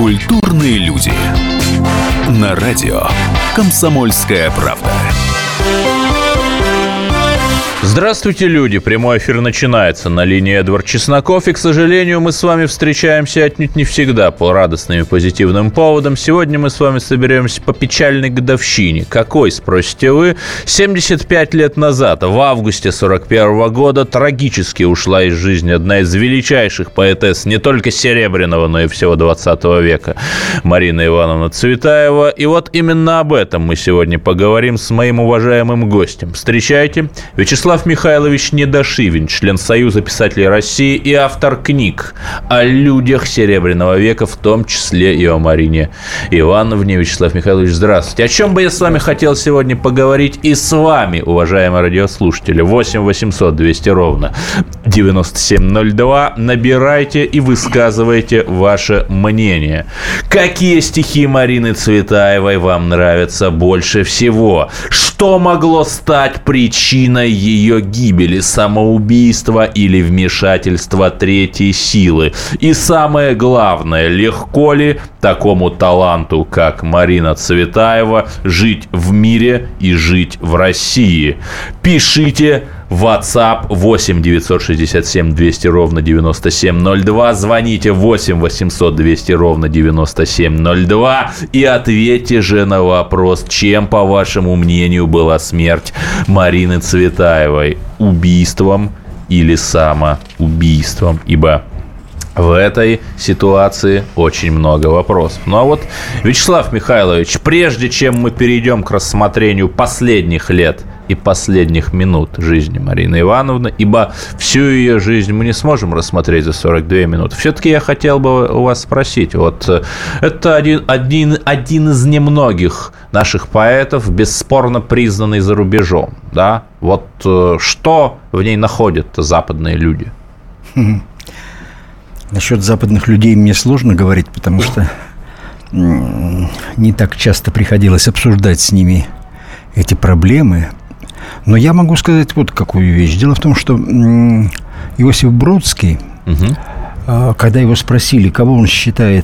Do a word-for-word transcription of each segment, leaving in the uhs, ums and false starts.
Культурные люди. На радио «Комсомольская правда». Здравствуйте, люди! Прямой эфир начинается. На линии Эдвард Чесноков. И, к сожалению, мы с вами встречаемся отнюдь не всегда по радостным и позитивным поводам. Сегодня мы с вами соберемся по печальной годовщине. Какой, спросите вы? семьдесят пять лет назад, в августе сорок первого года, трагически ушла из жизни одна из величайших поэтесс не только Серебряного, но и всего двадцатого века, Марина Ивановна Цветаева. И вот именно об этом мы сегодня поговорим с моим уважаемым гостем. Встречайте, Вячеслав Михайлович Недошивин, член Союза писателей России и автор книг о людях Серебряного века, в том числе и о Марине Ивановне. Вячеслав Михайлович, здравствуйте. О чем бы я с вами хотел сегодня поговорить и с вами, уважаемые радиослушатели? восемь восемьсот двести ровно девяносто семь ноль два. Набирайте и высказывайте ваше мнение. Какие стихи Марины Цветаевой вам нравятся больше всего? Что могло стать причиной ее гибели, самоубийства или вмешательства третьей силы? И самое главное, легко ли такому таланту, как Марина Цветаева, жить в мире и жить в России? Пишите в WhatsApp восемь девятьсот шестьдесят семь двести ровно девяносто семь ноль два. Звоните восемь восемьсот двести ровно девяносто семь ноль два и ответьте же на вопрос, чем, по вашему мнению, была смерть Марины Цветаевой? Убийством или самоубийством? Ибо в этой ситуации очень много вопросов. Ну а вот, Вячеслав Михайлович, прежде чем мы перейдем к рассмотрению последних лет и последних минут жизни Марины Ивановны, ибо всю ее жизнь мы не сможем рассмотреть за сорок две минуты, все-таки я хотел бы у вас спросить. Вот это один, один, один из немногих наших поэтов, бесспорно признанный за рубежом. Да? Вот что в ней находят западные люди? Насчет западных людей мне сложно говорить, потому что не так часто приходилось обсуждать с ними эти проблемы. Но я могу сказать вот какую вещь. Дело в том, что Иосиф Бродский, угу. когда его спросили, кого он считает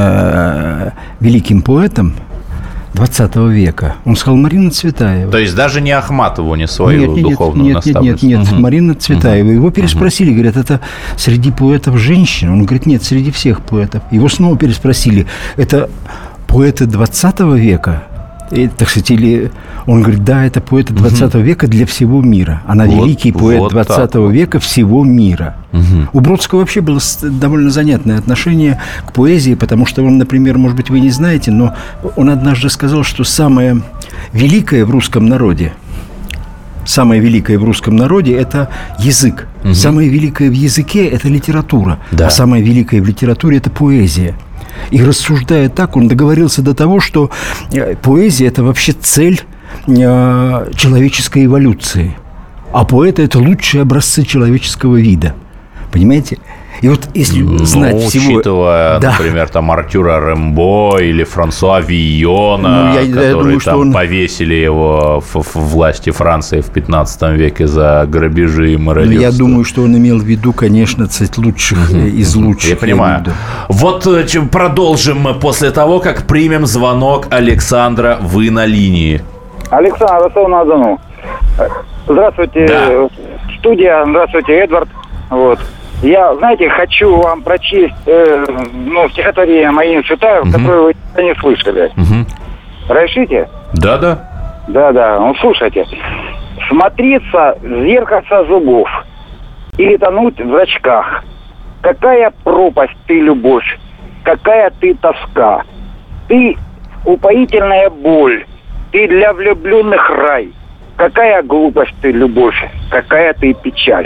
великим поэтом двадцатого века, он сказал Марина Цветаева. То есть даже не Ахматову, не свою нет, духовную нет, наставницу? Нет, нет, нет, угу. Марина Цветаева. Его переспросили, угу. говорят, это среди поэтов женщин? Он говорит, нет, среди всех поэтов. Его снова переспросили, это поэты двадцатого века? И, так сказать, или он говорит, да, это поэты двадцатого угу. века для всего мира. Она вот, великий поэт вот двадцатого века всего мира. Угу. У Бродского вообще было довольно занятное отношение к поэзии, потому что он, например, может быть, вы не знаете, но он однажды сказал, что самое великое в русском народе, самое великое в русском народе – это язык. Угу. Самое великое в языке – это литература. Да. А самое великое в литературе – это поэзия. И рассуждая так, он договорился до того, что поэзия – это вообще цель человеческой эволюции. А поэты – это лучшие образцы человеческого вида. Понимаете? И вот если ну, знать всего... учитывая, да. например, там Артюра Рембо или Франсуа Вийона, ну, я, которые я думаю, там он... повесили его в, в власти Франции в пятнадцатом веке за грабежи и мародерство. Ну, я думаю, что он имел в виду, конечно, цвет лучших mm-hmm. из лучших. Я понимаю. Я вот продолжим мы после того, как примем звонок Александра. Вы на линии. Александр, Ростов-на-Дону. Здравствуйте, да. студия. Здравствуйте, Эдвард. Вот. Я, знаете, хочу вам прочесть э, ну, стихотворение Марины Цветаевой, угу. которое вы никогда не слышали. Угу. Разрешите? Да-да. Да-да, ну слушайте. Смотреться в зеркальце зубов или тонуть в зрачках. Какая пропасть ты, любовь, какая ты тоска. Ты упоительная боль, ты для влюбленных рай. Какая глупость ты, любовь, какая ты печаль.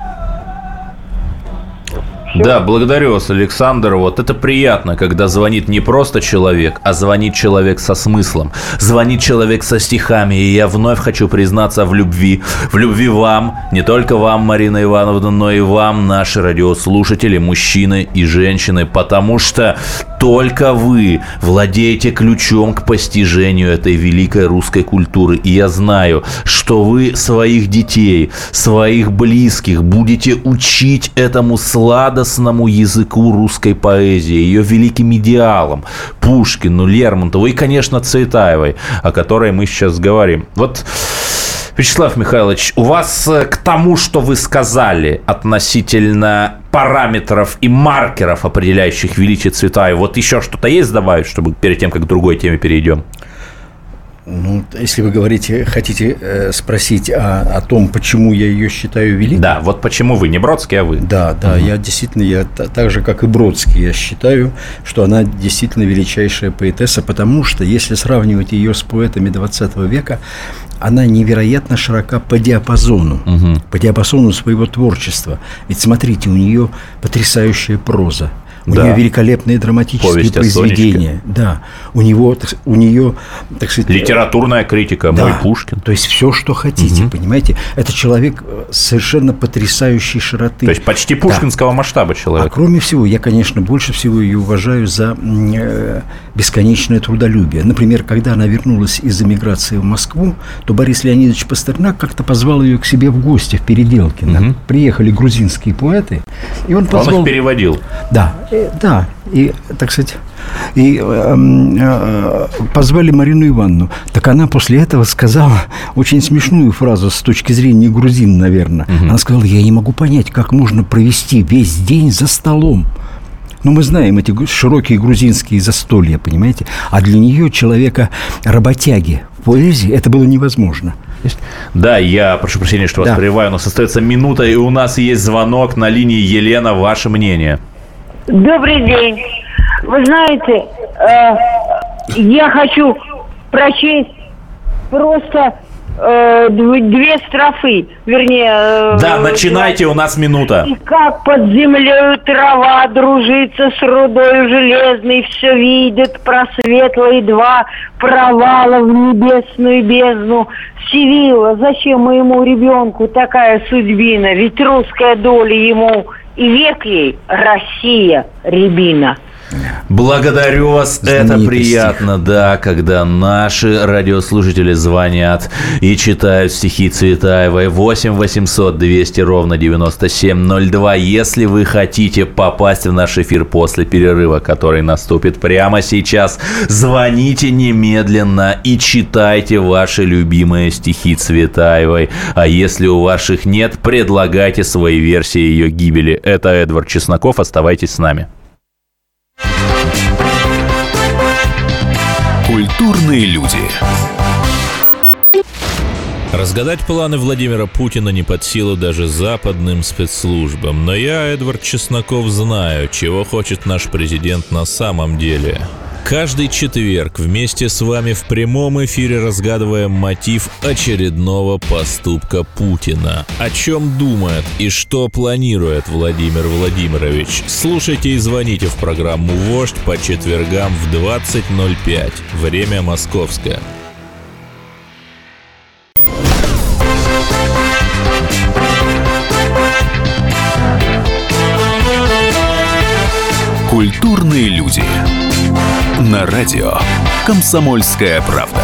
Да, благодарю вас, Александр. Вот это приятно, когда звонит не просто человек, а звонит человек со смыслом. Звонит человек со стихами. И я вновь хочу признаться в любви. В любви вам, не только вам, Марина Ивановна, но и вам, наши радиослушатели, мужчины и женщины. Потому что только вы владеете ключом к постижению этой великой русской культуры. И я знаю, что вы своих детей, своих близких будете учить этому сладостному радостному языку русской поэзии, ее великим идеалам Пушкину, Лермонтову и, конечно, Цветаевой, о которой мы сейчас говорим. Вот, Вячеслав Михайлович, у вас к тому, что вы сказали относительно параметров и маркеров, определяющих величие Цветаевой, вот еще что-то есть добавить, чтобы перед тем, как к другой теме перейдем? Ну, если вы говорите, хотите э, спросить о, о том, почему я ее считаю великой. Да, вот почему вы, не Бродский, а вы. Да, да, угу. я действительно, я так же, как и Бродский, я считаю, что она действительно величайшая поэтесса, потому что, если сравнивать ее с поэтами двадцатого века, она невероятно широка по диапазону, угу. по диапазону своего творчества. Ведь смотрите, у нее потрясающая проза. У да. нее великолепные драматические Повесть произведения. Да. У него, у нее, так сказать, литературная критика, да. мой Пушкин. То есть все, что хотите, угу. понимаете? Это человек совершенно потрясающей широты. То есть почти пушкинского да. масштаба человек. А кроме всего, я, конечно, больше всего ее уважаю за э, бесконечное трудолюбие. Например, когда она вернулась из эмиграции в Москву, то Борис Леонидович Пастернак как-то позвал ее к себе в гости в Переделкино. Угу. Приехали грузинские поэты, и он позвал... Он их переводил. Да. Да, и, так сказать, и э, э, позвали Марину Ивановну. Так она после этого сказала очень смешную фразу с точки зрения грузин, наверное. Угу. Она сказала: я не могу понять, как можно провести весь день за столом. Ну, мы знаем эти широкие грузинские застолья, понимаете? А для нее, человека работяги, в поэзии это было невозможно. Да, я прошу прощения, что вас да. прерываю, но остается минута, и у нас есть звонок на линии. Елена, ваше мнение? Добрый день. Вы знаете, э, я хочу прочесть просто э, две строфы, вернее... Э, да, начинайте, два. У нас минута. И как под землею трава дружится с рудою железной, все видит просветлые два провала в небесную бездну. Сивилла, зачем моему ребенку такая судьбина? Ведь русская доля ему... И век ей Россия, Рябина. Благодарю вас, это приятно, да, когда наши радиослушатели звонят и читают стихи Цветаевой. Восемь восемьсот двести ровно девяносто семь ноль два. Если вы хотите попасть в наш эфир после перерыва, который наступит прямо сейчас, звоните немедленно и читайте ваши любимые стихи Цветаевой. А если у ваших нет, предлагайте свои версии ее гибели. Это Эдвард Чесноков, оставайтесь с нами. Культурные люди. Разгадать планы Владимира Путина не под силу даже западным спецслужбам. Но я, Эдвард Чесноков, знаю, чего хочет наш президент на самом деле. Каждый четверг вместе с вами в прямом эфире разгадываем мотив очередного поступка Путина. О чем думает и что планирует Владимир Владимирович? Слушайте и звоните в программу «Вождь» по четвергам в двадцать ноль пять. Время московское. Культурные люди. На радио «Комсомольская правда».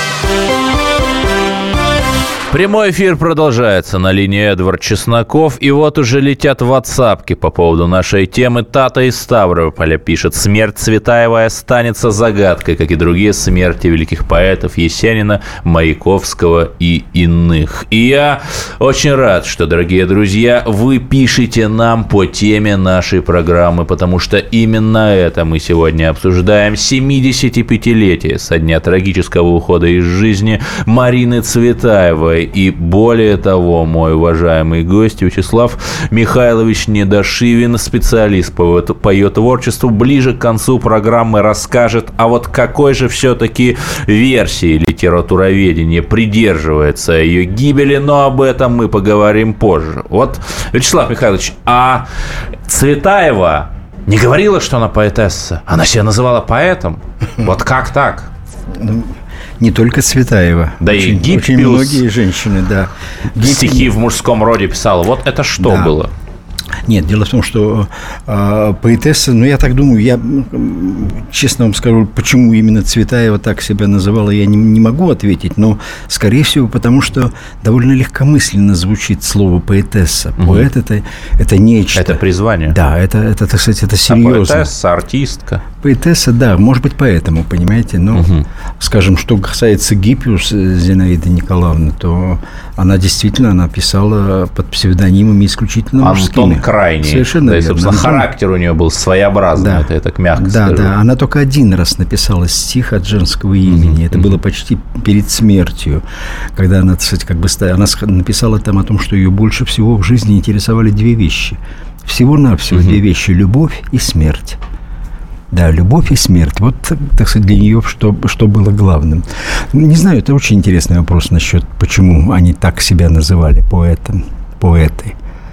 Прямой эфир продолжается. На линии Эдвард Чесноков. И вот уже летят ватсапки по поводу нашей темы. Тата из Ставрополя пишет: смерть Цветаевой останется загадкой, как и другие смерти великих поэтов Есенина, Маяковского и иных. И я очень рад, что, дорогие друзья, вы пишете нам по теме нашей программы, потому что именно это мы сегодня обсуждаем. семидесятипятилетие со дня трагического ухода из жизни Марины Цветаевой. И более того, мой уважаемый гость Вячеслав Михайлович Недошивин, специалист по, по ее творчеству, ближе к концу программы расскажет, а вот какой же все-таки версии литературоведения придерживается ее гибели, но об этом мы поговорим позже. Вот, Вячеслав Михайлович, а Цветаева не говорила, что она поэтесса? Она себя называла поэтом? Вот как так? Не только Цветаева. Да, очень, и Гиппиус, очень многие женщины, да. Стихи Гиппи... в мужском роде писала. Вот это что да. было? Нет, дело в том, что э, поэтесса, ну, я так думаю, я честно вам скажу, почему именно Цветаева так себя называла, я не, не могу ответить, но, скорее всего, потому что довольно легкомысленно звучит слово поэтесса. Угу. Поэт это, это нечто. Это призвание. Да, это, это, так сказать, это серьезно. А поэтесса, артистка. Поэтесса, да, может быть, поэтому, понимаете, но, угу. скажем, что касается Гиппиус Зинаиды Николаевны, то она действительно, она писала под псевдонимами исключительно мужскими. Антон Крайний. Совершенно да, верно. И, собственно, Антон... характер у нее был своеобразный, да. это я так мягко да, скажу. Да, да, она только один раз написала стих от женского имени, mm-hmm. это mm-hmm. было почти перед смертью, когда она, кстати, как бы, она написала там о том, что ее больше всего в жизни интересовали две вещи. Всего-навсего mm-hmm. две вещи – любовь и смерть. Да, любовь и смерть. Вот, так сказать, для нее что, что было главным. Не знаю, это очень интересный вопрос насчет, почему они так себя называли, поэтом, поэты.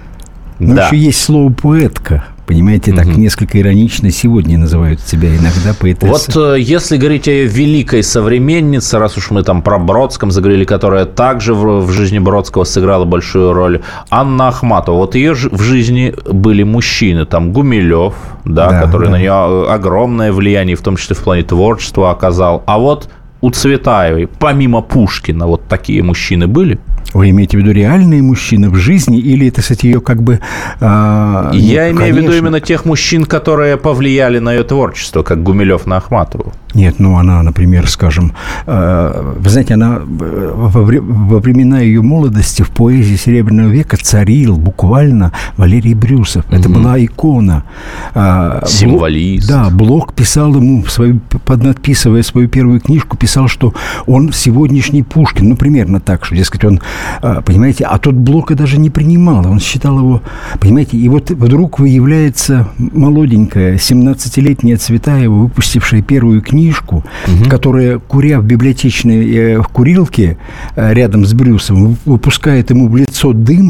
Но да. еще есть слово «поэтка». Понимаете, так угу. несколько иронично сегодня называют себя иногда поэтессой. Вот если говорить о великой современнице, раз уж мы там про Бродском заговорили, которая также в, в жизни Бродского сыграла большую роль, Анна Ахматова. Вот ее в жизни были мужчины, там Гумилев, да, да, который да. на нее огромное влияние, в том числе в плане творчества, оказал. А вот у Цветаевой, помимо Пушкина, вот такие мужчины были? Вы имеете в виду реальные мужчины в жизни или это, кстати, ее как бы... А, Я ну, имею конечно. в виду именно тех мужчин, которые повлияли на ее творчество, как Гумилев на Ахматову. Нет, ну она, например, скажем... Э, вы знаете, она во, во времена ее молодости в поэзии Серебряного века царил буквально Валерий Брюсов. Mm-hmm. Это была икона. Э, Символист. Блок, да, Блок писал ему, свою, поднадписывая свою первую книжку, писал, что он сегодняшний Пушкин. Ну, примерно так, что, дескать, он... Понимаете, а тот Блока даже не принимал. Он считал его, понимаете, и вот вдруг выявляется молоденькая семнадцатилетняя Цветаева, выпустившая первую книжку, угу. которая, куря в библиотечной в курилке рядом с Брюсом, выпускает ему в лицо дым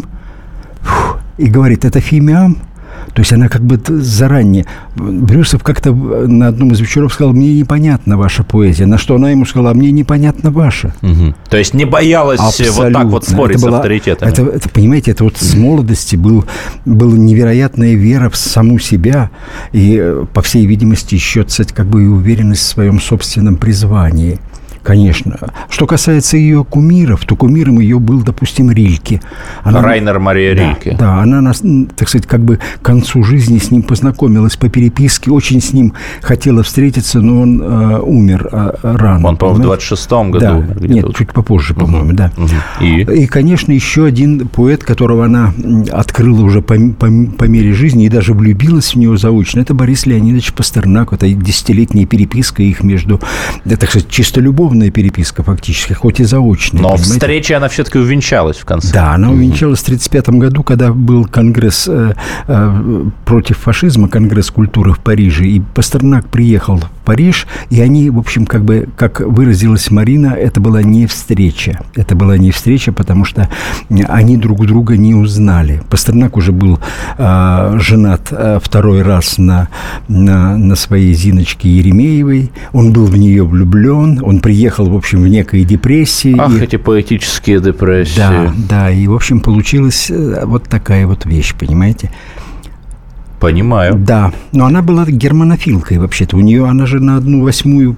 фух, и говорит, это фимиам. То есть она как бы заранее... Брюсов как-то на одном из вечеров сказал, мне непонятна ваша поэзия. На что она ему сказала, мне непонятна ваша. Угу. То есть не боялась абсолютно. Вот так вот спорить это с была, авторитетами. Это, это, понимаете, это вот с молодости был, была невероятная вера в саму себя. И, по всей видимости, еще, кстати, как бы и уверенность в своем собственном призвании. Конечно. Что касается ее кумиров, то кумиром ее был, допустим, Рильке. Она, Райнер Мария да, Рильке. Да, она, так сказать, как бы к концу жизни с ним познакомилась по переписке, очень с ним хотела встретиться, но он э, умер э, рано. Он, по-моему, в двадцать шестом году да. умер. Нет, вот. Чуть попозже, по-моему, угу. да. Угу. И? И, конечно, еще один поэт, которого она открыла уже по, по, по мере жизни и даже влюбилась в него заочно, это Борис Леонидович Пастернак. Это десятилетняя переписка их между, так сказать, чисто любовной переписка фактически, хоть и заочная. Но понимаете? Встреча она все-таки увенчалась в конце. Да, она увенчалась в тридцать пятом году, когда был конгресс э, э, против фашизма, конгресс культуры в Париже, и Пастернак приехал в Париж, и они, в общем, как бы, как выразилась Марина, это была не встреча. Это была не встреча, потому что они друг друга не узнали. Пастернак уже был э, женат э, второй раз на, на, на своей Зиночке Еремеевой, он был в нее влюблен, он приехал Ехал, в общем, в некой депрессии. Ах, и... эти поэтические депрессии. Да, да, и, в общем, получилась вот такая вот вещь, понимаете? Понимаю. Да, но она была германофилкой, вообще-то. У нее, она же на одну восьмую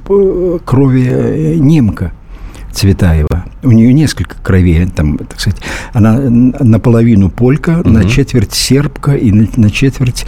крови немка, Цветаева. У нее несколько кровей, там, так сказать, она наполовину полька, угу. на четверть сербка и на, на четверть...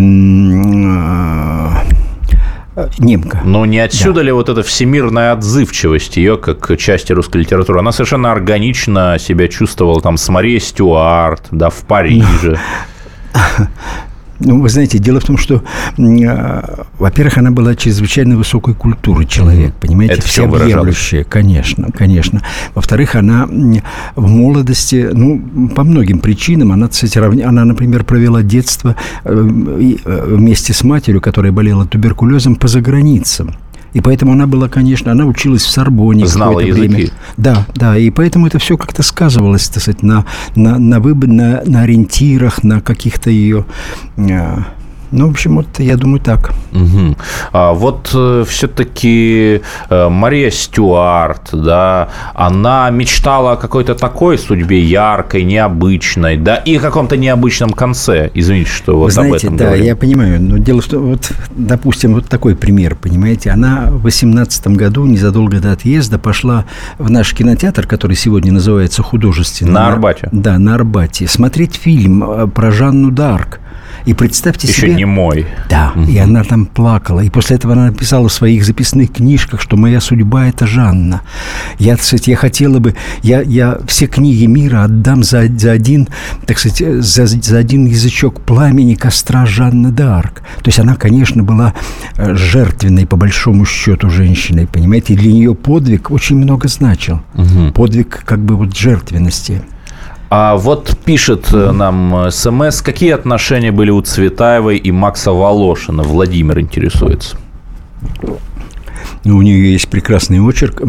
М- немка. Но не отсюда да. ли вот эта всемирная отзывчивость ее как части русской литературы? Она совершенно органично себя чувствовала там с Марией Стюарт, да, в Париже. Ну, вы знаете, дело в том, что, во-первых, она была чрезвычайно высокой культуры человек, mm-hmm. понимаете, это всеобъемлющая, конечно, конечно. Во-вторых, она в молодости, ну, по многим причинам, она, кстати, она, например, провела детство вместе с матерью, которая болела туберкулезом, по заграницам. И поэтому она была, конечно, она училась в Сорбонне. Знала языки. Время. Да, да, и поэтому это все как-то сказывалось, так сказать, на, на, на, выбор, на, на ориентирах, на каких-то ее... Ну, в общем, вот я думаю так. Угу. А вот э, все-таки э, Мария Стюарт, да, она мечтала о какой-то такой судьбе яркой, необычной, да, и о каком-то необычном конце. Извините, что вот Вы знаете, об этом да, говорим. я понимаю. Но дело в том, вот, допустим, вот такой пример, понимаете. Она в восемнадцатом году, незадолго до отъезда, пошла в наш кинотеатр, который сегодня называется «Художественный». На Арбате. Да, на Арбате. Смотреть фильм про Жанну д'Арк. И представьте Еще себе... не мой. Да, угу. И она там плакала. И после этого она написала в своих записных книжках, что моя судьба – это Жанна. Я, так сказать, я хотела бы... Я, я все книги мира отдам за, за один, так сказать, за, за один язычок пламени костра Жанны д'Арк. То есть она, конечно, была жертвенной, по большому счету, женщиной, понимаете? И для нее подвиг очень много значил. Угу. Подвиг как бы вот жертвенности. А вот пишет нам СМС, какие отношения были у Цветаевой и Макса Волошина? Владимир интересуется. Ну, у нее есть прекрасный очерк,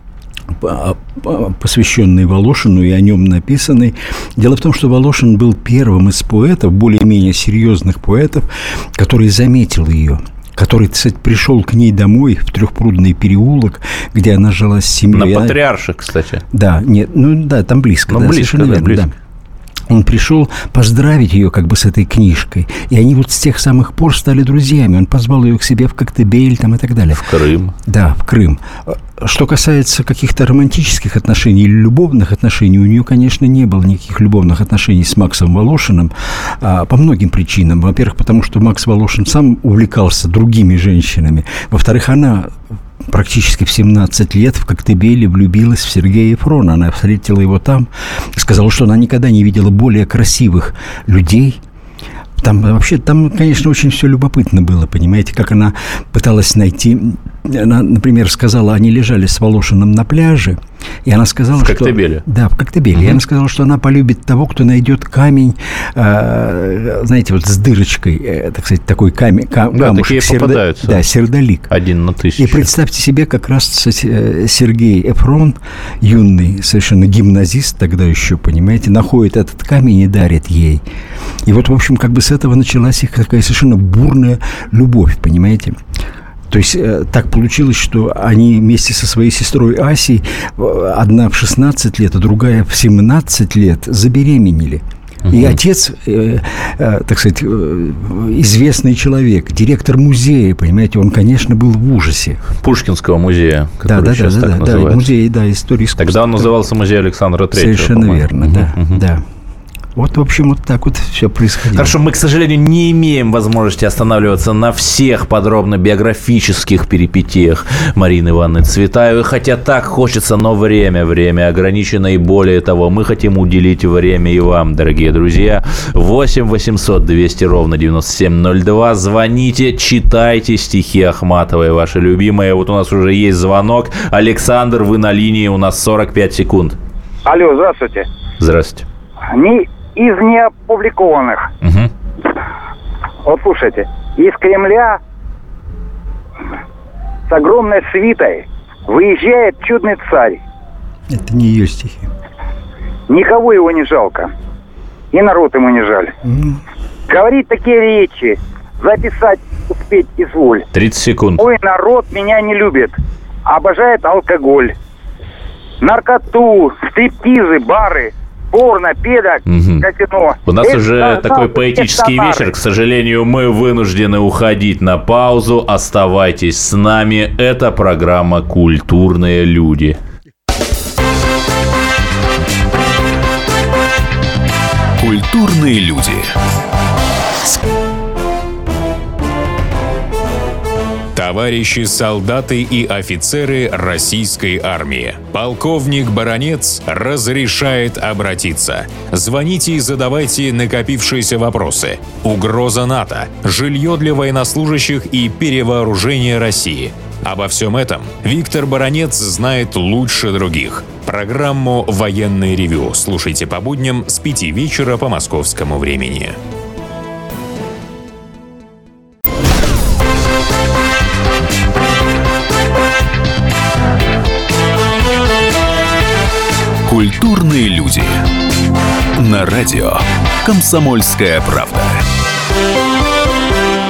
посвященный Волошину и о нем написанный. Дело в том, что Волошин был первым из поэтов, более-менее серьезных поэтов, который заметил ее, который, кстати, пришел к ней домой в Трехпрудный переулок, где она жила с семьей. На Патриарших, кстати. Да, нет, ну да, там близко. Ну, да, близко, да, верно, близко. Да. Он пришел поздравить ее как бы с этой книжкой. И они вот с тех самых пор стали друзьями. Он позвал ее к себе в Коктебель там, и так далее. В Крым. Да, в Крым. Что касается каких-то романтических отношений или любовных отношений, у нее, конечно, не было никаких любовных отношений с Максом Волошиным а, по многим причинам. Во-первых, потому что Макс Волошин сам увлекался другими женщинами. Во-вторых, она... практически в семнадцать лет в Коктебеле влюбилась в Сергея Ефрона. Она встретила его там, сказала, что она никогда не видела более красивых людей. Там вообще, там, конечно, очень все любопытно было, понимаете, как она пыталась найти... Она, например, сказала, они лежали с Волошиным на пляже, и она сказала, в что... Коктебеле? Да, в Коктебеле. Угу. И она сказала, что она полюбит того, кто найдет камень, э, знаете, вот с дырочкой, э, так сказать, такой камень, кам, да, камушек. Такие серда... попадаются. Да, сердолик. Один на тысячу. И представьте себе, как раз Сергей Эфрон, юный совершенно гимназист тогда еще, понимаете, находит этот камень и дарит ей. И вот, в общем, как бы с этого началась их такая совершенно бурная любовь, понимаете. То есть так получилось, что они вместе со своей сестрой Асей, одна в шестнадцать лет, а другая в семнадцать лет, забеременели. Угу. И отец, э, э, так сказать, э, известный человек, директор музея, понимаете, он, конечно, был в ужасе. Пушкинского музея, который да, да, сейчас да, так да, называется. Да, музей, да, истории искусства. Тогда он назывался музей Александра Третьего. Совершенно по-моему. верно, угу, да, угу. да. Вот, в общем, вот так вот все происходило. Хорошо, мы, к сожалению, не имеем возможности останавливаться на всех подробно биографических перипетиях Марины Ивановны Цветаевой, хотя так хочется, но время, время ограничено, и более того, мы хотим уделить время и вам, дорогие друзья. восемь восемьсот двести ровно девяносто семь ноль два. Звоните, читайте стихи Ахматовой, ваши любимые. Вот у нас уже есть звонок. Александр, вы на линии, у нас сорок пять секунд. Алло, здравствуйте. Здравствуйте. Не из неопубликованных. Угу. Вот слушайте, из Кремля с огромной свитой выезжает чудный царь. Это не ее стихи. Никого его не жалко. И народ ему не жаль. Mm. Говорит такие речи, записать успеть изволь. тридцать секунд. Ой, народ меня не любит, обожает алкоголь, наркоту, стриптизы, бары, порно, педок, угу. казино. У нас это, уже да, такой да, поэтический вечер. К сожалению, мы вынуждены уходить на паузу. Оставайтесь с нами. Это программа «Культурные люди». Культурные люди. Товарищи солдаты и офицеры российской армии. Полковник Баранец разрешает обратиться. Звоните и задавайте накопившиеся вопросы. Угроза НАТО, жилье для военнослужащих и перевооружение России. Обо всем этом Виктор Баранец знает лучше других. Программу «Военное ревю» слушайте по будням с пяти вечера по московскому времени. Культурные люди. На радио «Комсомольская правда».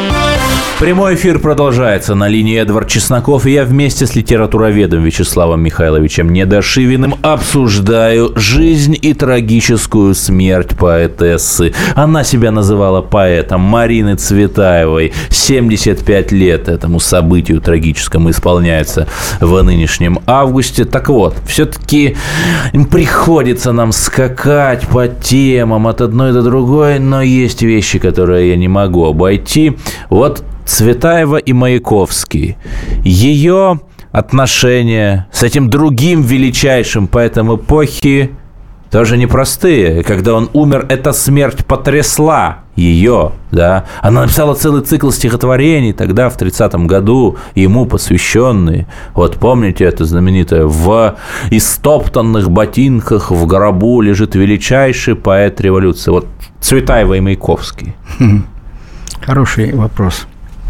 Прямой эфир продолжается. На линии Эдвард Чесноков, и я вместе с литературоведом Вячеславом Михайловичем Недошивиным обсуждаю жизнь и трагическую смерть поэтессы. Она себя называла поэтом Марины Цветаевой. семьдесят пять лет этому событию трагическому исполняется в нынешнем августе. Так вот, все-таки приходится нам скакать по темам от одной до другой, но есть вещи, которые я не могу обойти. Вот Цветаева и Маяковский. Ее отношения с этим другим величайшим поэтом эпохи тоже непростые. Когда он умер, эта смерть потрясла ее, да. Она написала целый цикл стихотворений тогда, в тридцатом году, ему посвященные. Вот помните это знаменитое: «В истоптанных ботинках в гробу лежит величайший поэт революции». Вот Цветаева и Маяковский. Хороший вопрос.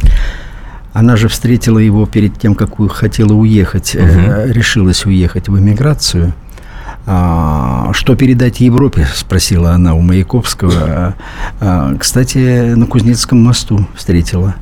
Она же встретила его перед тем, как хотела уехать, угу. э, решилась уехать в эмиграцию. А, что передать Европе, спросила она у Маяковского. А, кстати, на Кузнецком мосту встретила.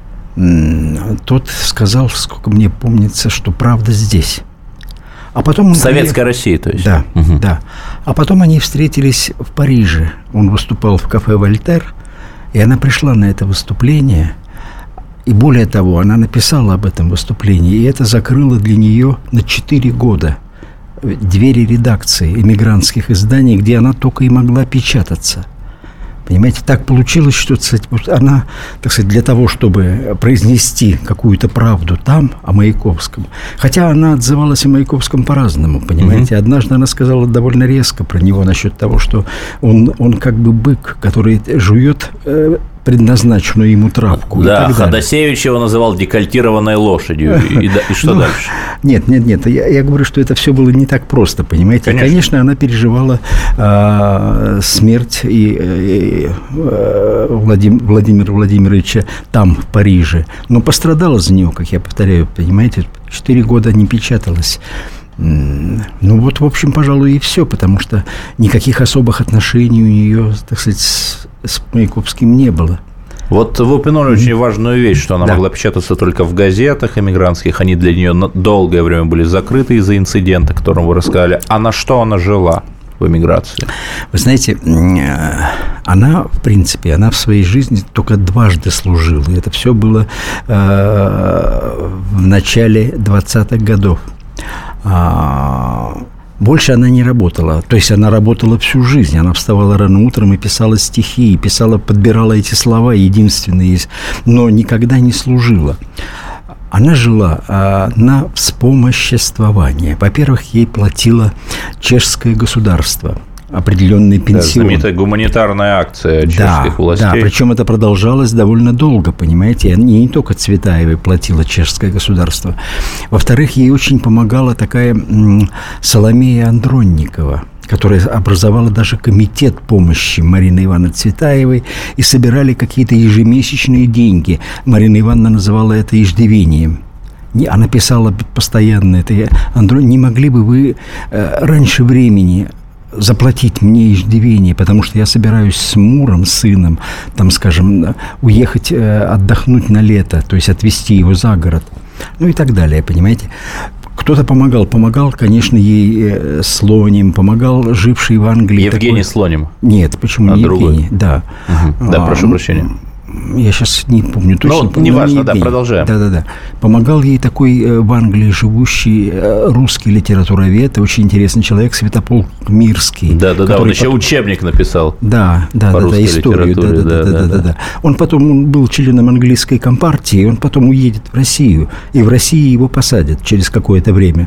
Тот сказал, сколько мне помнится, что правда здесь. А потом в Советской России, то есть? Да, угу. да. А потом они встретились в Париже. Он выступал в кафе «Вольтер», и она пришла на это выступление. И более того, она написала об этом выступлении, и это закрыло для нее на четыре года двери редакции эмигрантских изданий, где она только и могла печататься. Понимаете, так получилось, что, кстати, она, так сказать, для того, чтобы произнести какую-то правду там, о Маяковском, хотя она отзывалась о Маяковском по-разному, понимаете, mm-hmm. однажды она сказала довольно резко про него насчет того, что он, он как бы бык, который жует э, предназначенную ему травку. Да, Ходосевич его называл декольтированной лошадью. И, и, и что ну, дальше? Нет, нет, нет. Я, я говорю, что это все было не так просто, понимаете. Конечно, Конечно она переживала э, смерть и, и э, Владим, Владимира Владимировича там, в Париже. Но пострадала за него, как я повторяю, понимаете. Четыре года не печаталась. Ну вот, в общем, пожалуй, и все, потому что никаких особых отношений у нее, так сказать, с, с Маяковским не было. Вот вы упомянули очень важную вещь, что она да. могла печататься только в газетах эмигрантских. Они для нее долгое время были закрыты из-за инцидента, о котором вы рассказали. А на что она жила в эмиграции? Вы знаете, она, в принципе, она в своей жизни только дважды служила. И это все было э, в начале двадцатых годов. Больше она не работала. То есть она работала всю жизнь. Она вставала рано утром и писала стихи, и писала, подбирала эти слова единственные, но никогда не служила. Она жила а, на вспомоществование. Во-первых, ей платило чешское государство определенный пенсион. Да, знаменитая гуманитарная акция чешских да, властей. Да, причем это продолжалось довольно долго, понимаете. Не, не только Цветаевой платило чешское государство. Во-вторых, ей очень помогала такая м, Соломея Андронникова, которая образовала даже комитет помощи Марины Ивановны Цветаевой, и собирали какие-то ежемесячные деньги. Марина Ивановна называла это иждивением. Она писала постоянно это. Андрон, не могли бы вы э, раньше времени заплатить мне иждивение, потому что я собираюсь с Муром, сыном, там, скажем, уехать э, отдохнуть на лето, то есть отвезти его за город, ну и так далее, понимаете. Кто-то помогал. Помогал, конечно, ей э, Слоним, помогал живший в Англии. Евгений такой... Слоним? Нет, почему а не другой? Евгений? Да. Угу. Да, а, прошу прощения. Я сейчас не помню точно. Ну, неважно, да, продолжаем. Да-да-да. Помогал ей такой в Англии живущий русский литературовед, очень интересный человек, Святополк Мирский. Да-да-да, он еще потом... учебник написал. Да, да, да, да, историю. Да-да-да. Он потом он был членом английской компартии, он потом уедет в Россию, и в России его посадят через какое-то время.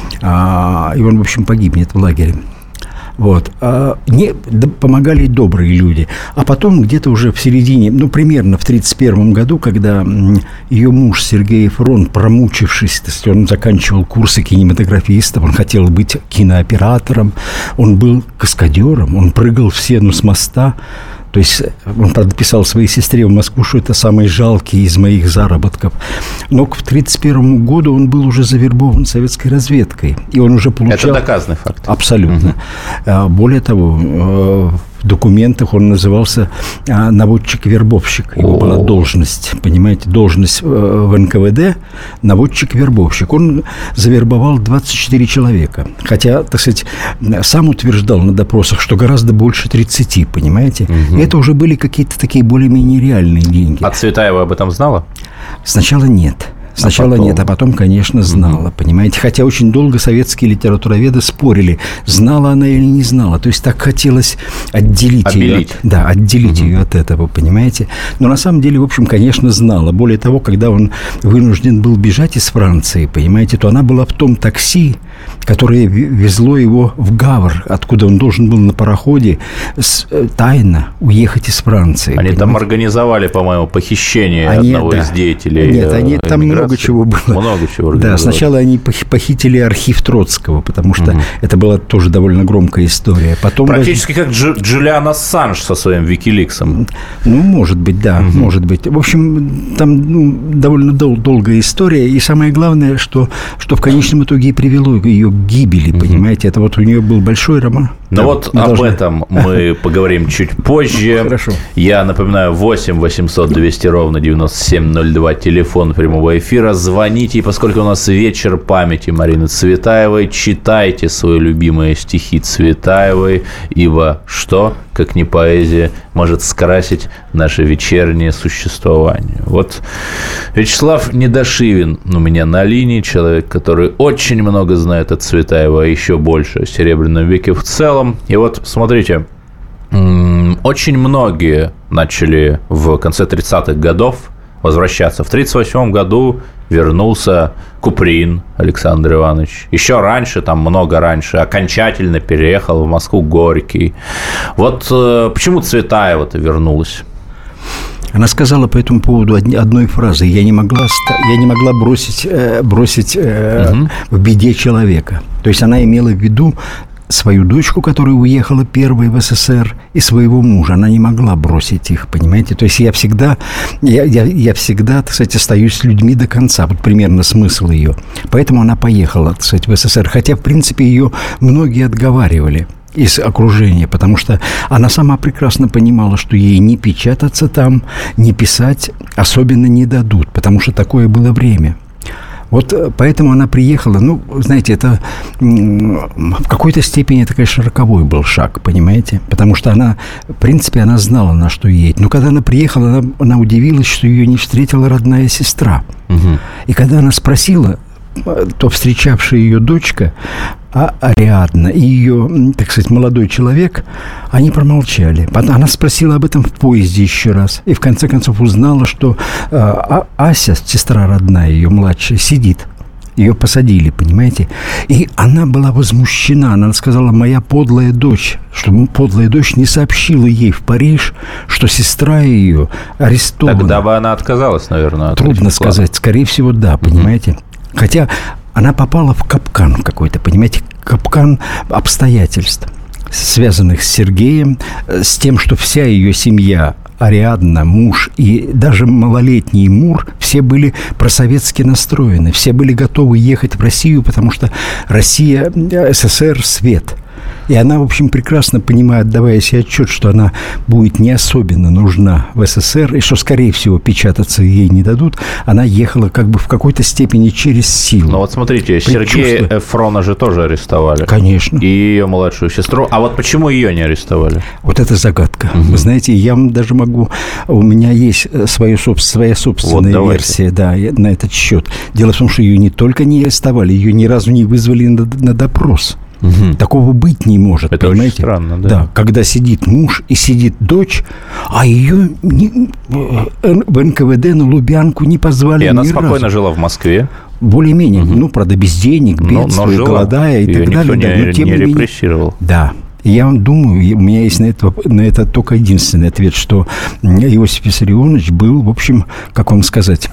А, и он, в общем, погибнет в лагере. Вот. А не, да, помогали добрые люди. А потом где-то уже в середине, ну, примерно в тридцать первом году, когда ее муж Сергей Фрон, промучившись, то есть он заканчивал курсы кинематографистов, он хотел быть кинооператором, он был каскадером, он прыгал в сену с моста. То есть он, правда, писал своей сестре в Москву, что это самый жалкий из моих заработков. Но к тридцать первому году он был уже завербован советской разведкой. И он уже получал... Это доказанный факт. Абсолютно. Угу. Более того, в документах он назывался а, наводчик-вербовщик. Его была должность, понимаете, должность в эн ка вэ дэ наводчик-вербовщик. Он завербовал двадцать четыре человека. Хотя, так сказать, сам утверждал на допросах, что гораздо больше тридцати, понимаете. Угу. И это уже были какие-то такие более-менее реальные деньги. А Цветаева об этом знала? Сначала нет. Сначала а нет, а потом, конечно, знала, угу. понимаете. Хотя очень долго советские литературоведы спорили, знала она или не знала. То есть так хотелось отделить Обелить. ее. От, да, отделить угу. ее от этого, понимаете. Но на самом деле, в общем, конечно, знала. Более того, когда он вынужден был бежать из Франции, понимаете, то она была в том такси, которое везло его в Гавр, откуда он должен был на пароходе с, тайно уехать из Франции. Они понимаете? Там организовали, по-моему, похищение они, одного да. из деятелей. Нет, они, там много чего было. Много чего организовали. Да, сначала они похитили архив Троцкого, потому что угу. это была тоже довольно громкая история. Потом Практически воз... как Дж... Джулиан Ассанж со своим Викиликсом. Ну, может быть, да, угу. может быть. В общем, там ну, довольно дол- долгая история. И самое главное, что, что в конечном итоге и привело ее к гибели, угу. понимаете. Это вот у нее был большой роман. Ну да, вот об должны... этом мы поговорим чуть позже. Хорошо. Я напоминаю, восемь восемьсот двести ровно девяносто семь ноль два, телефон прямого эфира. Звоните, и поскольку у нас вечер памяти Марины Цветаевой, читайте свои любимые стихи Цветаевой, ибо что, как не поэзия, может скрасить наше вечернее существование. Вот Вячеслав Недошивин у меня на линии, человек, который очень много знает о Цветаевой, а еще больше о Серебряном веке в целом. И вот, смотрите, очень многие начали в конце тридцатых годов возвращаться. В тридцать восьмом году вернулся Куприн Александр Иванович. Еще раньше, там много раньше, окончательно переехал в Москву Горький. Вот э, почему Цветаева-то вернулась? Она сказала по этому поводу одной фразой: «Я не могла, я не могла бросить, бросить угу. в беде человека». То есть она имела в виду свою дочку, которая уехала первой в эс эс эр, и своего мужа. Она не могла бросить их, понимаете? То есть я всегда, я, я, я всегда, так сказать, остаюсь с людьми до конца. Вот примерно смысл ее. Поэтому она поехала, так сказать, в эс эс эр. Хотя, в принципе, ее многие отговаривали из окружения, потому что она сама прекрасно понимала, что ей не печататься там, не писать особенно не дадут, потому что такое было время. Вот поэтому она приехала, ну, знаете, это в какой-то степени это, конечно, роковой был шаг, понимаете? Потому что она, в принципе, она знала, на что едет. Но когда она приехала, она, она удивилась, что ее не встретила родная сестра. Угу. И когда она спросила, то встречавшая ее дочка, а Ариадна и ее, так сказать, молодой человек, они промолчали. Она спросила об этом в поезде еще раз. И в конце концов узнала, что а, Ася, сестра родная, ее младшая, сидит. Ее посадили, понимаете? И она была возмущена. Она сказала: моя подлая дочь, что подлая дочь не сообщила ей в Париж, что сестра ее арестована. Тогда бы она отказалась, наверное, от Трудно сказать. Скорее всего, да, понимаете? Угу. Хотя она попала в капкан какой-то, понимаете, капкан обстоятельств, связанных с Сергеем, с тем, что вся ее семья, Ариадна, муж и даже малолетний Мур, все были просоветски настроены, все были готовы ехать в Россию, потому что Россия, эс эс эр, свет. И она, в общем, прекрасно понимает, отдавая себе отчет, что она будет не особенно нужна в эс эс эр, и что, скорее всего, печататься ей не дадут, она ехала как бы в какой-то степени через силу. Ну вот смотрите, Сергея Эфрона же тоже арестовали. Конечно. И ее младшую сестру. А вот почему ее не арестовали? Вот это загадка. Угу. Вы знаете, я вам даже могу... У меня есть свое, своя собственная вот, версия, да, на этот счет. Дело в том, что ее не только не арестовали, ее ни разу не вызвали на, на допрос. Угу. Такого быть не может, это понимаете? Очень странно, да. Да, когда сидит муж и сидит дочь, а ее не, в эн ка вэ дэ на Лубянку не позвали. И она ни спокойно разу. жила в Москве. Более-менее, угу. ну, правда, без денег, бедствуя, голодая и ее так далее. Никто да, не, но, тем не не менее, репрессировал. Да. И я вам думаю, у меня есть на это, на это только единственный ответ, что Иосиф Виссарионович был, в общем, как вам сказать,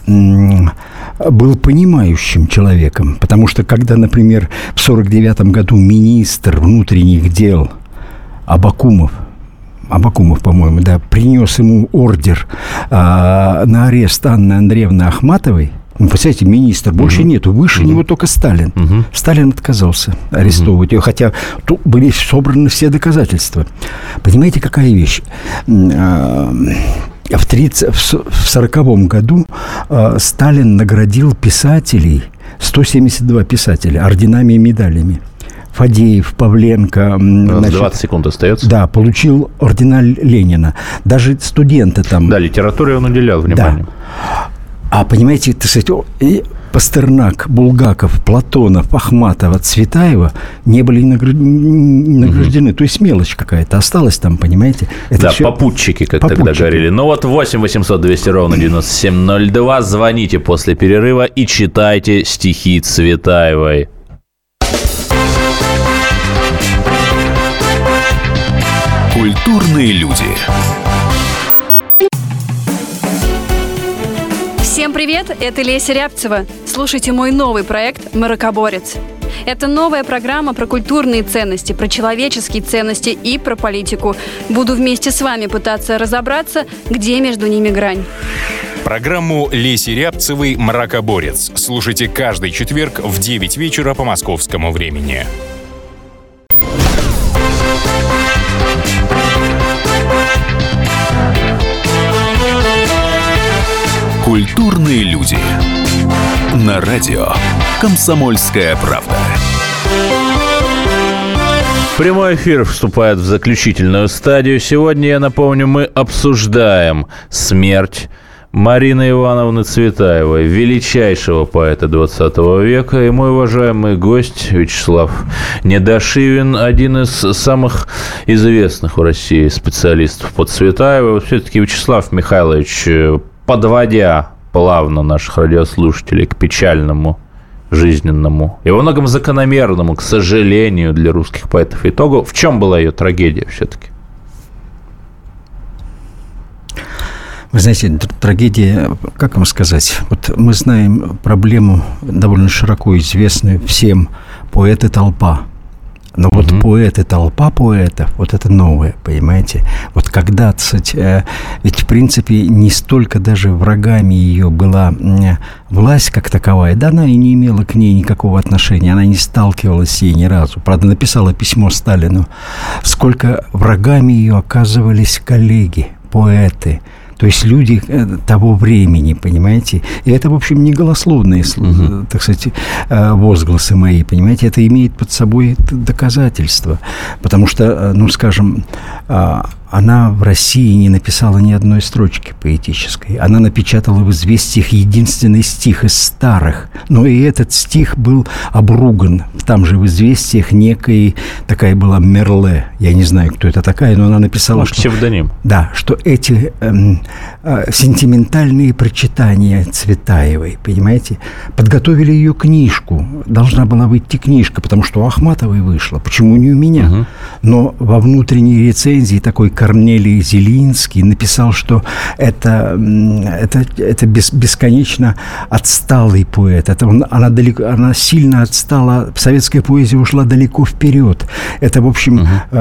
был понимающим человеком. Потому что, когда, например, в сорок девятом году министр внутренних дел Абакумов, Абакумов, по-моему, да, принес ему ордер а, на арест Анны Андреевны Ахматовой, Ну, представляете, министр, больше uh-huh. нету, выше uh-huh. него только Сталин. Uh-huh. Сталин отказался арестовывать uh-huh. ее, хотя тут были собраны все доказательства. Понимаете, какая вещь? В сороковом году Сталин наградил писателей, сто семьдесят два писателя, орденами и медалями. Фадеев, Павленко. Значит, двадцать секунд остается. Да, получил ордена Ленина. Даже студенты там. Да, литературе он уделял внимание. Да. А понимаете, так сказать, Пастернак, Булгаков, Платонов, Ахматова, Цветаева не были награждены. Mm-hmm. То есть мелочь какая-то осталась там, понимаете? Это да, все... попутчики, как попутчики. Тогда говорили. Ну вот восемь восемьсот двести ровно девяносто семь ноль два. Звоните после перерыва и читайте стихи Цветаевой. Культурные люди. Всем привет, это Леся Рябцева. Слушайте мой новый проект «Маракоборец». Это новая программа про культурные ценности, про человеческие ценности и про политику. Буду вместе с вами пытаться разобраться, где между ними грань. Программу Леси Рябцевой «Мракоборец» слушайте каждый четверг в девять вечера по московскому времени. Культурные люди. На радио «Комсомольская правда». Прямой эфир вступает в заключительную стадию. Сегодня, я напомню, мы обсуждаем смерть Марины Ивановны Цветаевой, величайшего поэта двадцатого века. И мой уважаемый гость Вячеслав Недошивин, один из самых известных в России специалистов по Цветаевой. Вот все-таки, Вячеслав Михайлович, подводя плавно наших радиослушателей к печальному, жизненному и во многом закономерному, к сожалению, для русских поэтов итогу, в чем была ее трагедия все-таки? Вы знаете, трагедия, как вам сказать, вот мы знаем проблему довольно широко известную всем — поэт и толпа. Но mm-hmm. вот поэт и толпа поэтов, вот это новое, понимаете? Вот когда, кстати, э, ведь в принципе не столько даже врагами ее была э, власть как таковая, да, она и не имела к ней никакого отношения, она не сталкивалась с ней ни разу, правда, написала письмо Сталину, сколько врагами ее оказывались коллеги, поэты, то есть люди того времени, понимаете? И это, в общем, не голословные, uh-huh. так сказать, возгласы мои, понимаете? Это имеет под собой доказательства. Потому что, ну, скажем, она в России не написала ни одной строчки поэтической. Она напечатала в «Известиях» единственный стих из старых. Но и этот стих был обруган. Там же в «Известиях» некой такая была Мерле. Я не знаю, кто это такая, но она написала, ну, что... псевдоним. Да, что эти эм, э, сентиментальные прочитания Цветаевой, понимаете, подготовили ее книжку. Должна была выйти книжка, потому что у Ахматовой вышла. Почему не у меня? Угу. Но во внутренней рецензии такой Корнелий Зелинский написал, что это, это, это бес, бесконечно отсталый поэт. Это он, она, далеко, она сильно отстала, советская поэзия ушла далеко вперед. Это, в общем, uh-huh.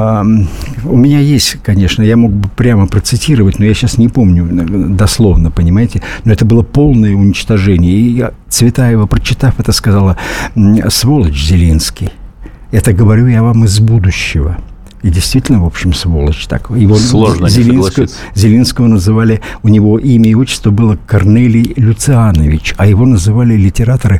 э, у меня есть, конечно, я мог бы прямо процитировать, но я сейчас не помню дословно, понимаете, но это было полное уничтожение. И Цветаева, прочитав это, сказала: «Сволочь, Зелинский, это говорю я вам из будущего». И действительно, в общем, сволочь. Так. Его сложно Зелинского, Зелинского называли, у него имя и отчество было Корнелий Люцианович, а его называли литераторы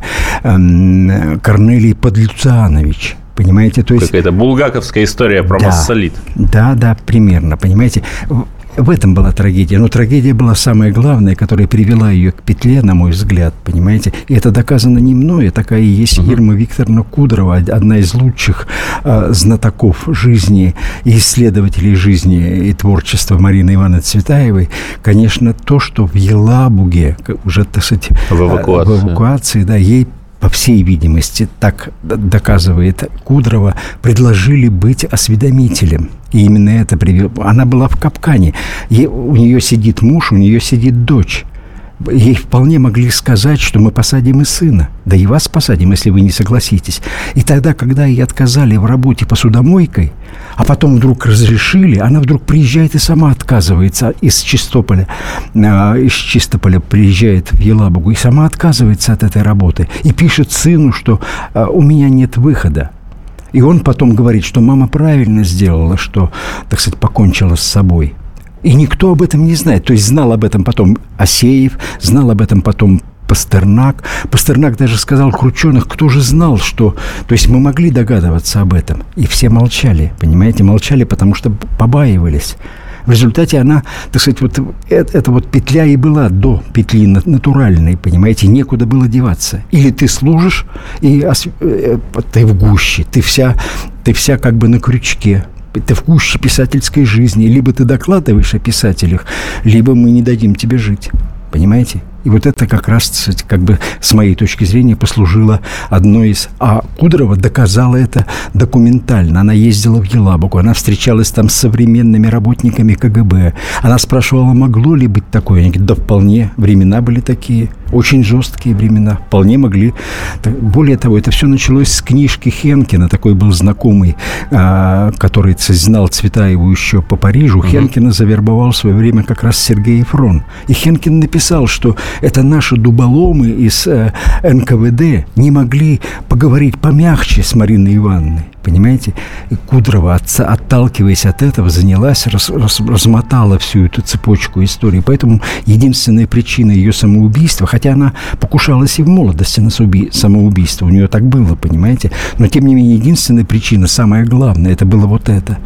эм, Корнелий Подлюцианович. Понимаете? То есть... Какая-то булгаковская история про да, массолит. Да, да, примерно, понимаете. В этом была трагедия. Но трагедия была самая главная, которая привела ее к петле, на мой взгляд, понимаете. И это доказано не мной, а такая и есть uh-huh. Ирма Викторовна Кудрова, одна из лучших э, знатоков жизни и исследователей жизни и творчества Марины Ивановны Цветаевой. Конечно, то, что в Елабуге, уже, так сказать, в эвакуации, в эвакуации да, ей, по всей видимости, так доказывает Кудрова, предложили быть осведомителем. И именно это привело. Она была в капкане. Е... У нее сидит муж, у нее сидит дочь. ей вполне могли сказать, что мы посадим и сына, да и вас посадим, если вы не согласитесь. И тогда, когда ей отказали в работе посудомойкой, а потом вдруг разрешили, она вдруг приезжает и сама отказывается из Чистополя, из Чистополя приезжает в Елабугу и сама отказывается от этой работы и пишет сыну, что у меня нет выхода. И он потом говорит, что мама правильно сделала, что, так сказать, покончила с собой. И никто об этом не знает. То есть знал об этом потом Асеев, знал об этом потом Пастернак. Пастернак даже сказал Крученых, кто же знал, что... То есть мы могли догадываться об этом. И все молчали, понимаете, молчали, потому что побаивались. В результате она, так сказать, вот это, это вот петля и была до петли натуральной, понимаете, некуда было деваться. Или ты служишь, и ты в гуще, ты вся, ты вся как бы на крючке. Ты в гуще писательской жизни. Либо ты докладываешь о писателях, либо мы не дадим тебе жить. Понимаете? И вот это как раз, как бы, с моей точки зрения, послужило одной из... А Кудрова доказала это документально. Она ездила в Елабугу, она встречалась там с современными работниками ка гэ бэ. Она спрашивала, могло ли быть такое? Они говорят, да вполне. Времена были такие, очень жесткие времена. Вполне могли. Более того, это все началось с книжки Хенкина. Такой был знакомый, который знал Цветаеву еще по Парижу. Угу. Хенкина завербовал в свое время как раз Сергей Ефрон. И Хенкин написал, что это наши дуболомы из э, эн ка вэ дэ не могли поговорить помягче с Мариной Ивановной. Понимаете? И Кудрова, от, отталкиваясь от этого, занялась, раз, раз, размотала всю эту цепочку истории. Поэтому единственная причина ее самоубийства, хотя она покушалась и в молодости на самоубийство, у нее так было, понимаете? Но, тем не менее, единственная причина, самая главная, это было вот это.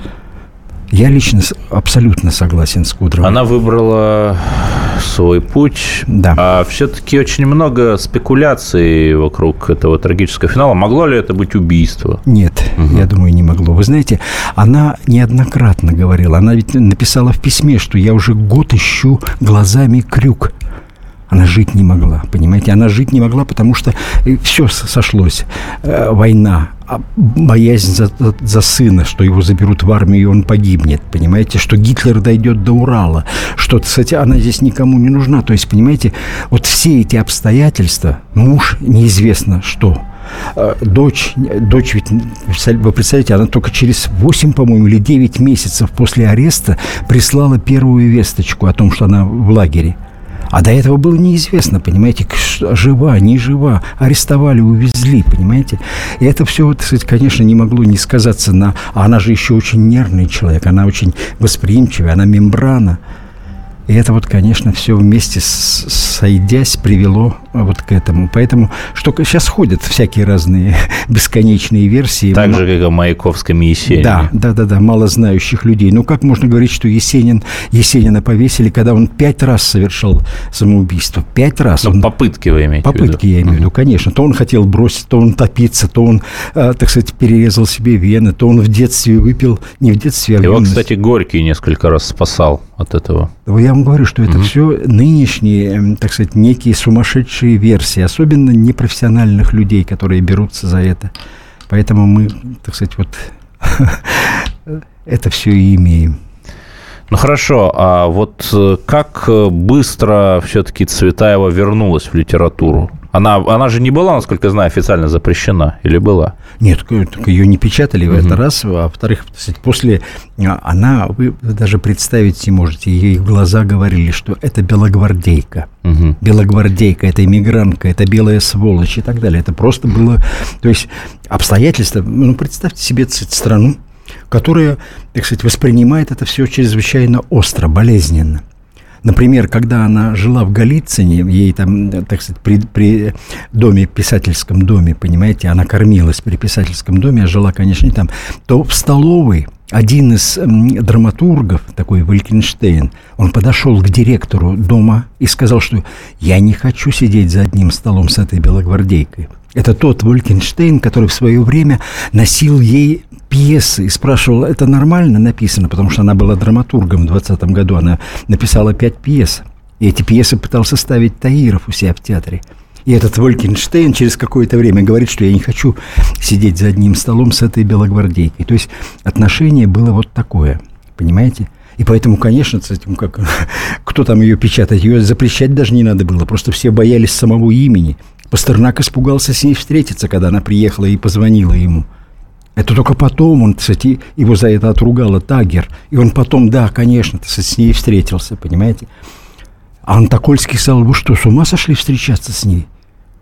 Я лично абсолютно согласен с Кудровой. Она выбрала свой путь, да. А все-таки очень много спекуляций вокруг этого трагического финала. Могло ли это быть убийство? Нет, угу. Я думаю, не могло. Вы знаете, она неоднократно говорила, она ведь написала в письме, что я уже год ищу глазами крюк. Она жить не могла, понимаете? Она жить не могла, потому что все сошлось. Война, боязнь за, за сына, что его заберут в армию, и он погибнет, понимаете? Что Гитлер дойдет до Урала, что, кстати, она здесь никому не нужна. То есть, понимаете, вот все эти обстоятельства, муж неизвестно что, дочь, дочь ведь, вы представляете, она только через восемь, по-моему, или девять месяцев после ареста прислала первую весточку о том, что она в лагере. А до этого было неизвестно, понимаете, жива, не жива, арестовали, увезли, понимаете. И это все, так сказать, конечно, не могло не сказаться на... А она же еще очень нервный человек, она очень восприимчивая, она мембрана. И это вот, конечно, все вместе с, сойдясь привело вот к этому. Поэтому что сейчас ходят всякие разные бесконечные версии. Так же, как о Маяковском и Есенине. Да, да, да, да, мало знающих людей. Ну, как можно говорить, что Есенин, Есенина повесили, когда он пять раз совершал самоубийство? Пять раз. Ну, он... попытки вы имеете попытки, в виду? Попытки я имею в виду, конечно. То он хотел бросить, то он топиться, то он, э, так сказать, перерезал себе вены, то он в детстве выпил, не в детстве, а в Его, юности. Кстати, Горький несколько раз спасал от этого. Я вам говорю, что это угу. все нынешние, так сказать, некие сумасшедшие версии, особенно непрофессиональных людей, которые берутся за это. Поэтому мы, так сказать, вот это все и имеем. Ну, хорошо, а вот как быстро все-таки Цветаева вернулась в литературу? Она, она же не была, насколько я знаю, официально запрещена, или была? Нет, ее не печатали в uh-huh. этот раз. А во-вторых, после она, вы даже представить не можете, ей в глаза говорили, что это белогвардейка. Uh-huh. Белогвардейка, это иммигрантка, это белая сволочь и так далее. Это просто было... То есть обстоятельства... Ну, представьте себе страну, которая, так сказать, воспринимает это все чрезвычайно остро, болезненно. Например, когда она жила в Голицыне, ей там, так сказать, при, при доме, писательском доме, понимаете, она кормилась при писательском доме, а жила, конечно, не там, то в столовой один из м, драматургов, такой Валькенштейн, он подошел к директору дома и сказал, что «я не хочу сидеть за одним столом с этой белогвардейкой». Это тот Валькенштейн, который в свое время носил ей пьесы и спрашивал, это нормально написано, потому что она была драматургом в двадцатом году, она написала пять пьес, и эти пьесы пытался ставить Таиров у себя в театре. И этот Валькенштейн через какое-то время говорит, что я не хочу сидеть за одним столом с этой белогвардейкой. То есть отношение было вот такое, понимаете? И поэтому, конечно, с этим, как, кто там ее печатать, ее запрещать даже не надо было. Просто все боялись самого имени. Пастернак испугался с ней встретиться, когда она приехала и позвонила ему. Это только потом он, кстати, его за это отругала Тагер. И он потом, да, конечно, с ней встретился, понимаете. А Антокольский сказал: вы что, с ума сошли встречаться с ней?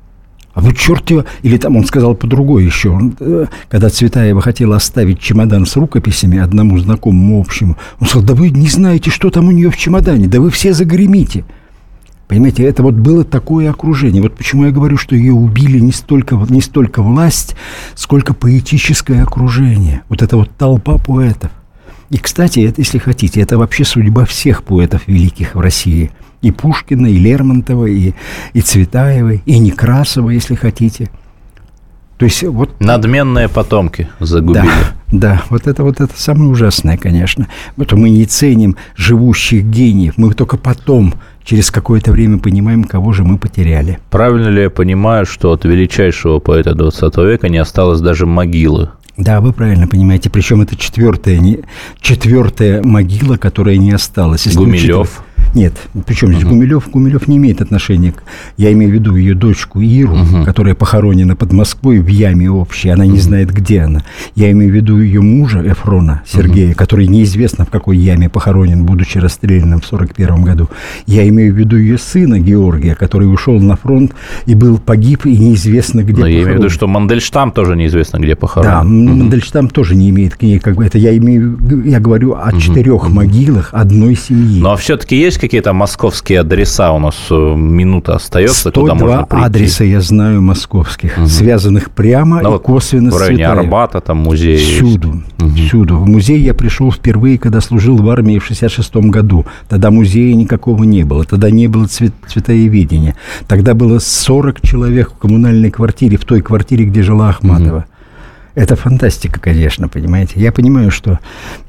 А вот черт его... Или там он сказал по-другому еще. Он, когда Цветаева хотела оставить чемодан с рукописями одному знакомому общему, он сказал: да вы не знаете, что там у нее в чемодане, да вы все загремите. Понимаете, это вот было такое окружение. Вот почему я говорю, что ее убили не столько, не столько власть, сколько поэтическое окружение. Вот это вот толпа поэтов. И, кстати, это, если хотите, это вообще судьба всех поэтов великих в России. И Пушкина, и Лермонтова, и, и Цветаевой, и Некрасова, если хотите. То есть вот... Надменные потомки загубили. Да, да, вот это вот это самое ужасное, конечно. Вот мы не ценим живущих гениев. Мы только потом, через какое-то время, понимаем, кого же мы потеряли. Правильно ли я понимаю, что от величайшего поэта двадцатого века не осталось даже могилы? Да, вы правильно понимаете. Причем это четвертая, не, четвертая могила, которая не осталась. Если Гумилев? Нет, причем здесь uh-huh. Гумилев? Гумилев не имеет отношения к... Я имею в виду ее дочку Иру, uh-huh. которая похоронена под Москвой в яме общей. Она uh-huh. не знает, где она. Я имею в виду ее мужа Эфрона Сергея, uh-huh. который неизвестно в какой яме похоронен, будучи расстрелянным в сорок первом году. Я имею в виду ее сына Георгия, который ушел на фронт и был погиб, и неизвестно, где Но похоронен. Я имею в виду, что Мандельштам тоже неизвестно, где похоронен. Да, uh-huh. Мандельштам тоже не имеет к ней как бы... Это я, имею, я говорю о uh-huh. четырех uh-huh. могилах одной семьи. Но все-таки есть какие-то московские адреса? У нас минута остается, куда можно прийти. Адреса я знаю московских, угу. связанных прямо ну, и косвенно с Цветаевой. В районе Арбата там музей Всюду, угу. всюду. В музей я пришел впервые, когда служил в армии в шестьдесят шестом году. Тогда музея никакого не было, тогда не было цвет, цветоеведения. Тогда было сорок человек в коммунальной квартире, в той квартире, где жила Ахматова. Угу. Это фантастика, конечно, понимаете. Я понимаю, что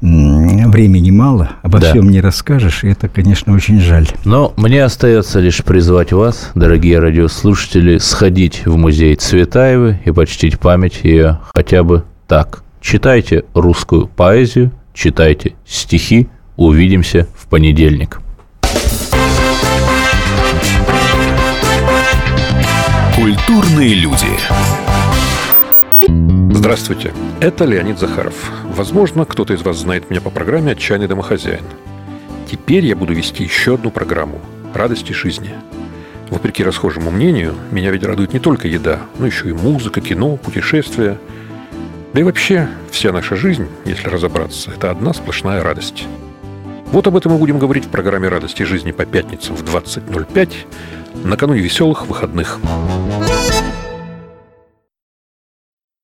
м- времени мало, обо да. всем не расскажешь, и это, конечно, очень жаль. Но мне остается лишь призвать вас, дорогие радиослушатели, сходить в музей Цветаевой и почтить память ее хотя бы так. Читайте русскую поэзию, читайте стихи. Увидимся в понедельник. Культурные люди. Здравствуйте, это Леонид Захаров. Возможно, кто-то из вас знает меня по программе «Отчаянный домохозяин». Теперь я буду вести еще одну программу «Радости жизни». Вопреки расхожему мнению, меня ведь радует не только еда, но еще и музыка, кино, путешествия. Да и вообще, вся наша жизнь, если разобраться, это одна сплошная радость. Вот об этом мы будем говорить в программе «Радости жизни» по пятницам в двадцать ноль пять, накануне веселых выходных.